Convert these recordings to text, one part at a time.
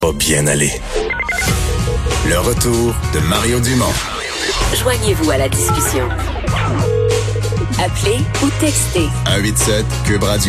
pas bien aller. Le retour de Mario Dumont. Joignez-vous à la discussion. Appelez ou textez. 187 Cube Radio.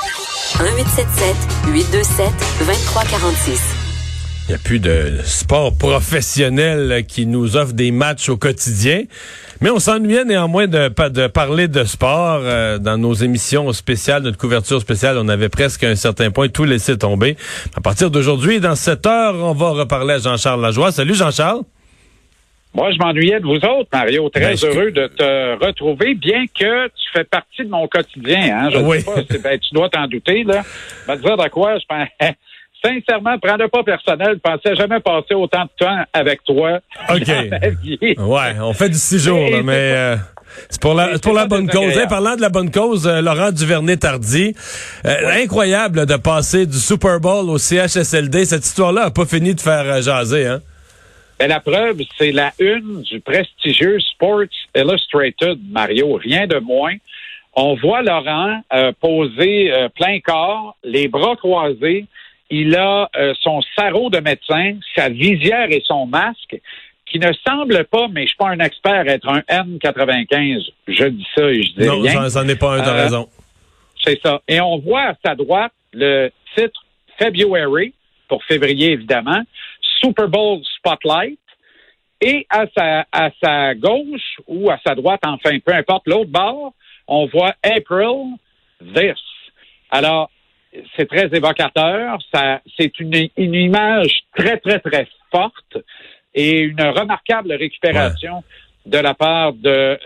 1877-827-2346. Il n'y a plus de sport professionnel qui nous offre des matchs au quotidien. Mais on s'ennuyait néanmoins de parler de sport. Dans nos émissions spéciales, notre couverture spéciale, on avait presque à un certain point tout laissé tomber. À partir d'aujourd'hui, dans 7 heures, on va reparler à Jean-Charles Lajoie. Salut Jean-Charles. Moi, je m'ennuyais de vous autres, Mario. Très heureux de te retrouver, bien que tu fais partie de mon quotidien. Hein? Je ne sais pas, tu dois t'en douter. Là. Je vais te dire de quoi je pense. Sincèrement, prends-le pas personnel. Je pensais jamais passer autant de temps avec toi OK. dans ma vie. Ouais, on fait du 6 jours, là, mais c'est pour la bonne cause. Hey, parlant de la bonne cause, Laurent Duvernay-Tardy, incroyable là, de passer du Super Bowl au CHSLD. Cette histoire-là a pas fini de faire jaser, hein? Ben, la preuve, c'est la une du prestigieux Sports Illustrated, Mario. Rien de moins. On voit Laurent poser plein corps, les bras croisés. Il a son sarrau de médecin, sa visière et son masque, qui ne semble pas, mais je suis pas un expert, être un N95. Je dis ça et je dis rien. Non, c'en est pas un, t'as raison. C'est ça. Et on voit à sa droite le titre February, pour février évidemment, Super Bowl Spotlight, et à sa gauche ou à sa droite, enfin, peu importe, l'autre bord, on voit April This. Alors, c'est très évocateur. C'est une image très, très, très forte et une remarquable récupération de la part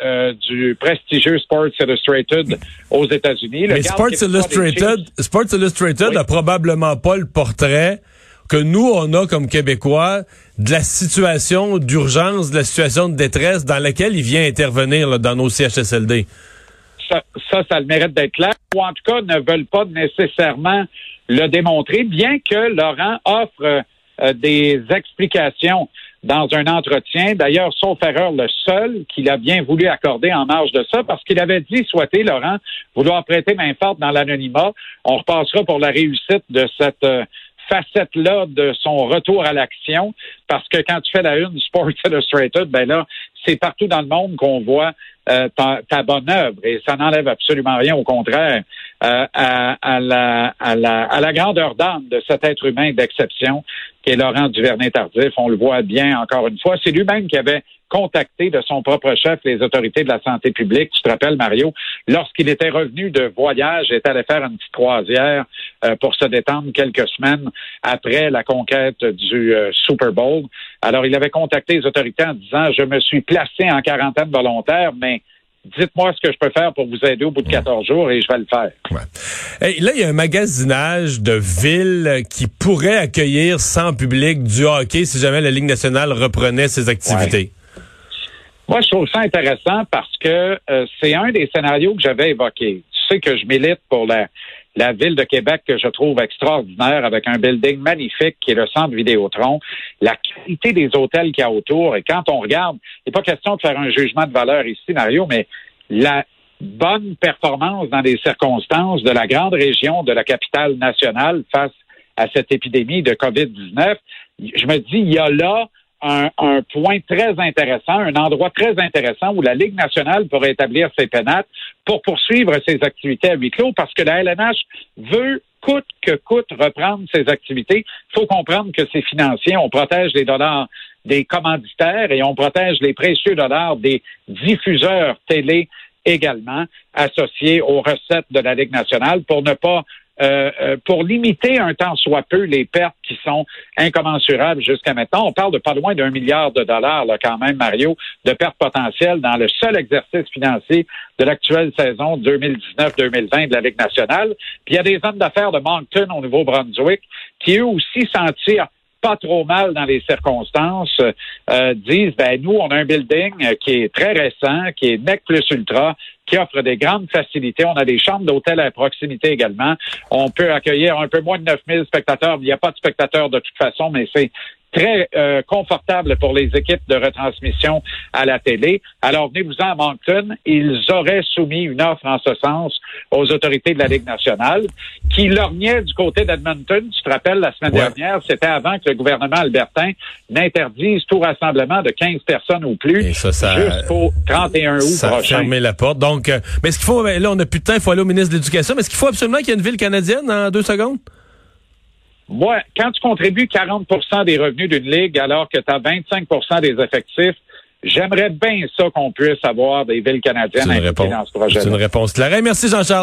du prestigieux Sports Illustrated aux États-Unis. Mais Sports Illustrated a probablement pas le portrait que nous, on a comme Québécois de la situation d'urgence, de la situation de détresse dans laquelle il vient intervenir là, dans nos CHSLD. Ça le mérite d'être clair, ou en tout cas ne veulent pas nécessairement le démontrer, bien que Laurent offre des explications dans un entretien, d'ailleurs, sauf erreur, le seul qu'il a bien voulu accorder en marge de ça, parce qu'il avait dit souhaiter, Laurent, vouloir prêter main forte dans l'anonymat. On repassera pour la réussite de cette facette-là de son retour à l'action, parce que quand tu fais la une du Sports Illustrated, ben là, c'est partout dans le monde qu'on voit ta bonne œuvre, et ça n'enlève absolument rien, au contraire, à la grandeur d'âme de cet être humain d'exception qui est Laurent Duvernay-Tardif. On le voit bien encore une fois. C'est lui-même qui avait contacté de son propre chef les autorités de la santé publique. Tu te rappelles, Mario, lorsqu'il était revenu de voyage, il était allé faire une petite croisière pour se détendre quelques semaines après la conquête du Super Bowl. Alors, il avait contacté les autorités en disant « Je me suis placé en quarantaine volontaire, mais dites-moi ce que je peux faire pour vous aider au bout de 14 jours et je vais le faire. » Hey, là, il y a un magasinage de villes qui pourrait accueillir sans public du hockey si jamais la Ligue nationale reprenait ses activités. Ouais. Moi, je trouve ça intéressant parce que c'est un des scénarios que j'avais évoqué. Tu sais que je milite pour la ville de Québec que je trouve extraordinaire, avec un building magnifique qui est le centre Vidéotron, la qualité des hôtels qu'il y a autour. Et quand on regarde, il n'est pas question de faire un jugement de valeur ici, Mario, mais la bonne performance dans les circonstances de la grande région de la capitale nationale face à cette épidémie de COVID-19, je me dis, il y a là un point très intéressant, un endroit très intéressant où la Ligue nationale pourrait établir ses pénates pour poursuivre ses activités à huis clos, parce que la LNH veut coûte que coûte reprendre ses activités. Il faut comprendre que c'est financier. On protège les dollars des commanditaires et on protège les précieux dollars des diffuseurs télé également associés aux recettes de la Ligue nationale pour ne pas pour limiter un tant soit peu les pertes qui sont incommensurables jusqu'à maintenant. On parle de pas loin d'1 milliard de dollars là, quand même, Mario, de pertes potentielles dans le seul exercice financier de l'actuelle saison 2019-2020 de la Ligue nationale. Puis il y a des hommes d'affaires de Moncton au Nouveau-Brunswick qui eux aussi s'en tirent pas trop mal dans les circonstances, disent, ben nous, on a un building qui est très récent, qui est Nec plus ultra, qui offre des grandes facilités. On a des chambres d'hôtel à proximité également. On peut accueillir un peu moins de 9 000 spectateurs. Il n'y a pas de spectateurs de toute façon, mais c'est très confortable pour les équipes de retransmission à la télé. Alors, venez-vous-en à Moncton. Ils auraient soumis une offre en ce sens aux autorités de la Ligue nationale qui lorgnaient du côté d'Edmonton. Tu te rappelles, la semaine dernière, c'était avant que le gouvernement albertain n'interdise tout rassemblement de 15 personnes ou plus jusqu'au 31 août ça prochain. a fermé la porte. Donc, mais est-ce qu'il faut, là, on n'a plus de temps, il faut aller au ministre de l'Éducation, mais est-ce qu'il faut absolument qu'il y ait une ville canadienne en 2 secondes? Moi, quand tu contribues 40 des revenus d'une ligue alors que tu as 25 des effectifs, j'aimerais bien ça qu'on puisse avoir des villes canadiennes impliquées dans ce projet. C'est une réponse claire. Merci Jean-Charles.